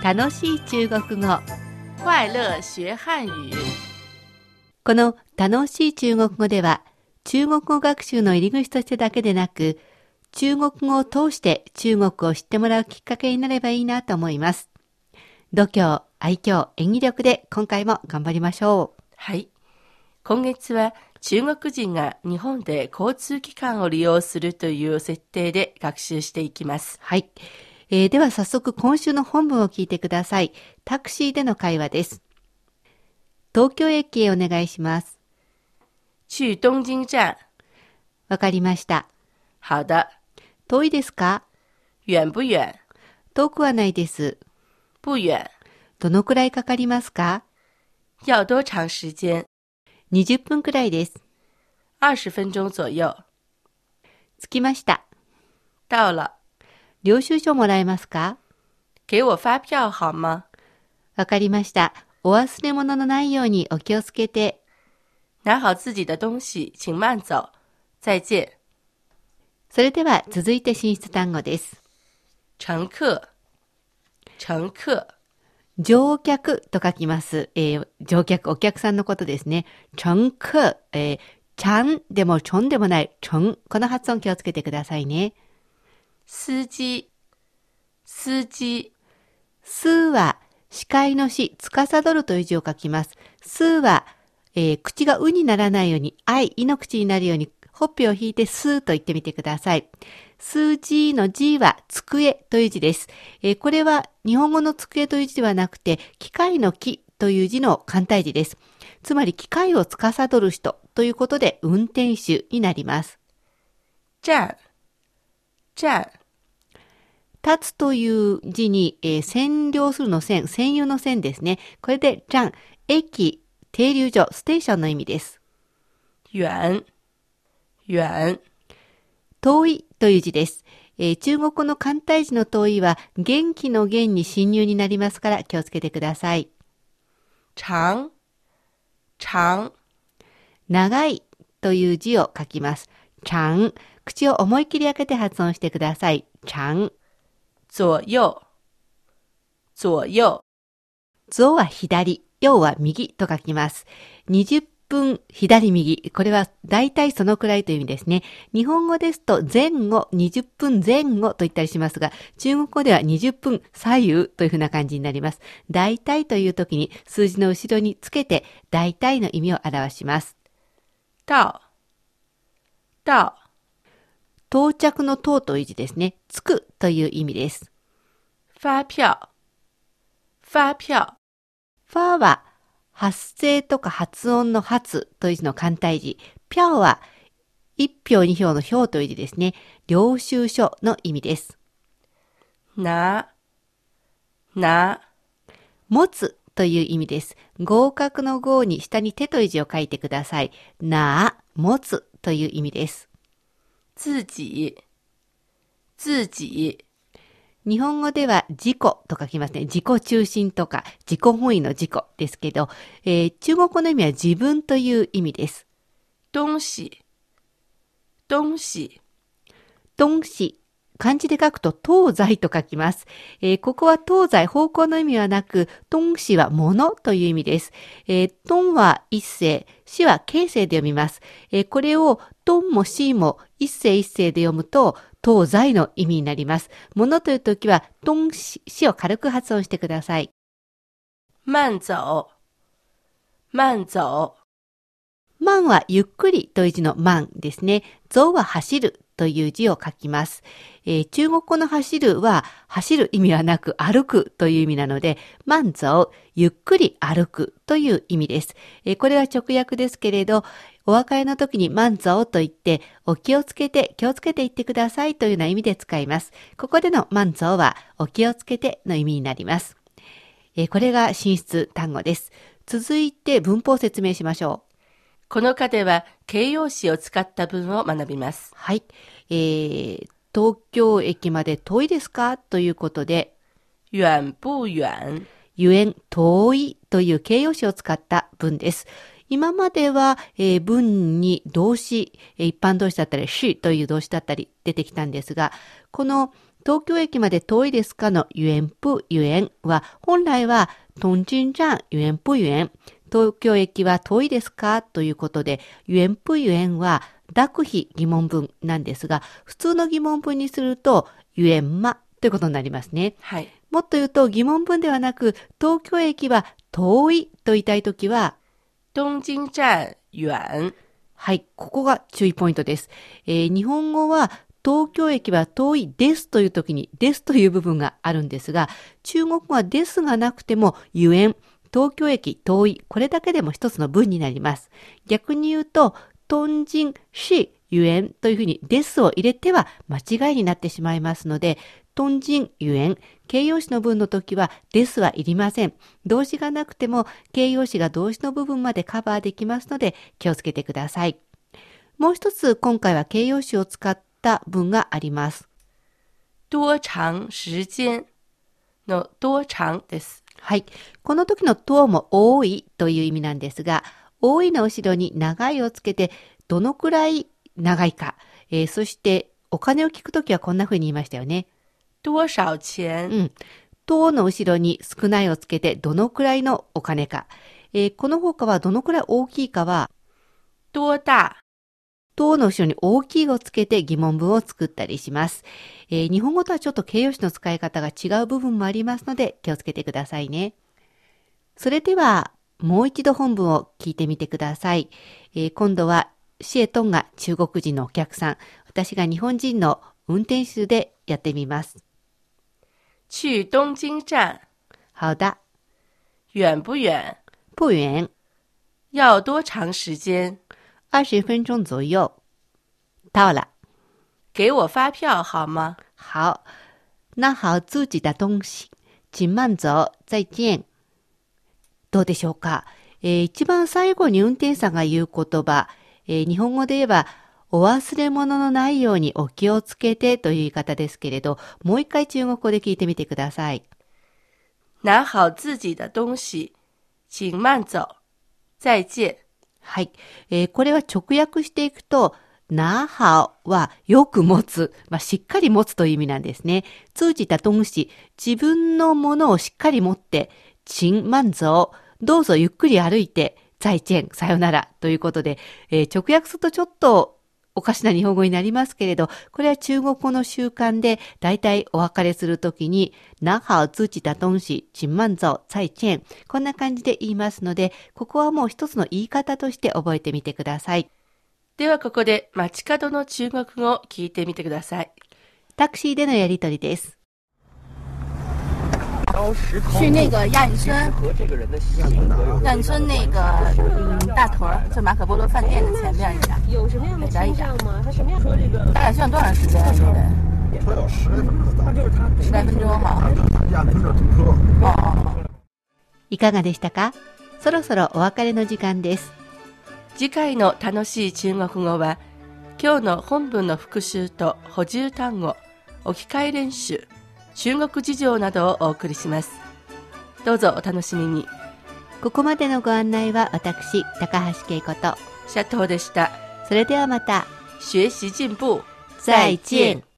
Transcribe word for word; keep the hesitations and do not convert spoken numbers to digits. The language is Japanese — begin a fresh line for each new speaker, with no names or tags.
楽しい中国語。
快乐学汉语。
この楽しい中国語では、中国語学習の入り口としてだけでなく、中国語を通して中国を知ってもらうきっかけになればいいなと思います。度胸、愛嬌、演技力で今回も頑張りましょう。
はい。今月は中国人が日本で交通機関を利用するという設定で学習していきます。
はい。えー、では早速今週の本文を聞いてください。タクシーでの会話です。東京駅へお願いします。
去東京站。
わかりました。
好的。
遠いですか？
遠不遠？
遠くはないです。
不遠。
どのくらいかかりますか？
要多長時間？
にじゅっぷんくらいです。
二十分鐘左右。
着きました。
到了。
領収書もらえますか？
給我發票好嗎？
わかりました。お忘れ物のないようにお気をつけて。
拿好自己的東西，請慢走。再見。
それでは続いて進出単語です。
乘客。乘客。
乗客と書きます。えー、乗客、お客さんのことですね。乘客、えー、ちゃんでもちょんでもない、ちょん。この発音気をつけてくださいね。
司機。司機。
すは、視界のし、司るという字を書きます。すは、えー、口がうにならないように、あい、いの口になるように、ほっぺを引いてすと言ってみてください。数字の字は机という字です。えー、これは日本語の机という字ではなくて、機械の機という字の簡体字です。つまり機械を司る人ということで運転手になります。
站。站。
立つという字に、えー、占領するの線、占有の線ですね。これで站、駅、停留所、ステーションの意味です。
遠。遠。
遠いという字です。えー、中国語の簡体字の遠いは元気の元に侵入になりますから気をつけてください。
長。長。
長いという字を書きます。長。口を思い切り開けて発音してください。長。
左右。左右。
左は左、右は右と書きます。にじゅっぷん左右。これは大体そのくらいという意味ですね。日本語ですと前後、にじゅっぷんぜん後と言ったりしますが、中国語ではにじゅっぷん左右というふうな感じになります。大体という時に数字の後ろにつけて大体の意味を表します。
到。到。
到着の到という字ですね。着くという意味です。
發票。發票。
ファーは発声とか発音の発という字の簡体字。ぴゃーは一票二票の票という字ですね。領収書の意味です。
な。な。
持つという意味です。合格の合に下に手という字を書いてください。な、持つという意味です。
自己。自己。
日本語では自己と書きますね。自己中心とか自己本位の自己ですけど、えー、中国語の意味は自分という意味です。
東西。東西。
東西。漢字で書くと東西と書きます。えー、ここは東西、方向の意味はなく、東西は物という意味です。えー、東は一声、西は形声で読みます。えー、これを東も西も一声一声で読むと、東西の意味になります。物というときは、東西、西を軽く発音してください。
慢走。慢走。
慢はゆっくりという字の慢ですね。走は走るという字を書きます。えー、中国語の走るは走る意味はなく歩くという意味なので、慢走、ゆっくり歩くという意味です。えー、これは直訳ですけれど、お別れの時に慢走と言って、お気をつけて、気をつけて言ってくださいというような意味で使います。ここでの慢走はお気をつけての意味になります。えー、これが進出単語です。続いて文法を説明しましょう。
この課では形容詞を使った文を学びます。
はい。えー、東京駅まで遠いですかということで、
遠不遠？
遠、遠いという形容詞を使った文です。今までは、えー、文に動詞、一般動詞だったり、しという動詞だったり出てきたんですが、この東京駅まで遠いですかの遠不遠は、本来は東京站遠不遠、東京駅は遠いですかということで、遠不遠は濁否疑問文なんですが、普通の疑問文にすると、遠まということになりますね。
はい。
もっと言うと疑問文ではなく、東京駅は遠いと言いたいときは、
東京站遠。
はい、ここが注意ポイントです。えー日本語は東京駅は遠いですというときにですという部分があるんですが、中国語はですがなくても遠、東京駅遠い、これだけでも一つの文になります。逆に言うと、東京市遠というふうにですを入れては間違いになってしまいますので、東京遠、形容詞の文の時はですはいりません。動詞がなくても形容詞が動詞の部分までカバーできますので気をつけてください。もう一つ今回は形容詞を使った文があります。
多長時間の多長です。
はい。この時のとも多いという意味なんですが、多いの後ろに長いをつけてどのくらい長いか、えーそしてお金を聞くときはこんな風に言いましたよね。
多少錢、
うん。との後ろに少ないをつけてどのくらいのお金か。えーこの他はどのくらい大きいかは、
多大、
との後ろに大きいをつけて疑問文を作ったりします。えー日本語とはちょっと形容詞の使い方が違う部分もありますので気をつけてくださいね。それではもう一度本文を聞いてみてください。えー今度はシエトンが中国人のお客さん、私が日本人の運転手でやってみます。
去東京站
好的。
遠不遠？
不遠。
要多長時間？
二十分鐘左右。到了。
給我發票好嗎？
好。拿好自己的東西。請慢走。再見。どうでしょうか、えー一番最後に運転手さんが言う言葉、えー日本語で言えば、お忘れ物のないようにお気をつけてという言い方ですけれど、もう一回中国語で聞いてみてください。
拿好自己的東西。請慢走。再見。
はい。えーこれは直訳していくと、拿好はよく持つ、まあ、しっかり持つという意味なんですね。通じた東西、自分のものをしっかり持って、請慢走、どうぞゆっくり歩いて、再見、さよならということで、えー直訳するとちょっとおかしな日本語になりますけれど、これは中国語の習慣で、だいたいお別れするときに、拿好自己的東西、請慢走、再見。こんな感じで言いますので、ここはもう一つの言い方として覚えてみてください。
ではここで街角の中国語を聞いてみてください。
タクシーでのやりとりです。
去那个亚运村，亚运村那个嗯大屯儿，就马可波罗饭店的前边一家，
有什么样的倾向吗？他什么样说这个
大概需要多长时间啊？这个
说要十来分钟，他就是他
十来分钟哈。
亚运村这堵车。
哦哦哦。
いかがでしたか？そろそろお別れの時間です。
次回の楽しい中国語は、今日の本文の復習と補充単語、置き換え練習、中国事情などをお送りします。どうぞお楽しみに。
ここまでのご案内は私、高橋恵子と、
シャトーでした。
それではまた。
学習進步。
再見。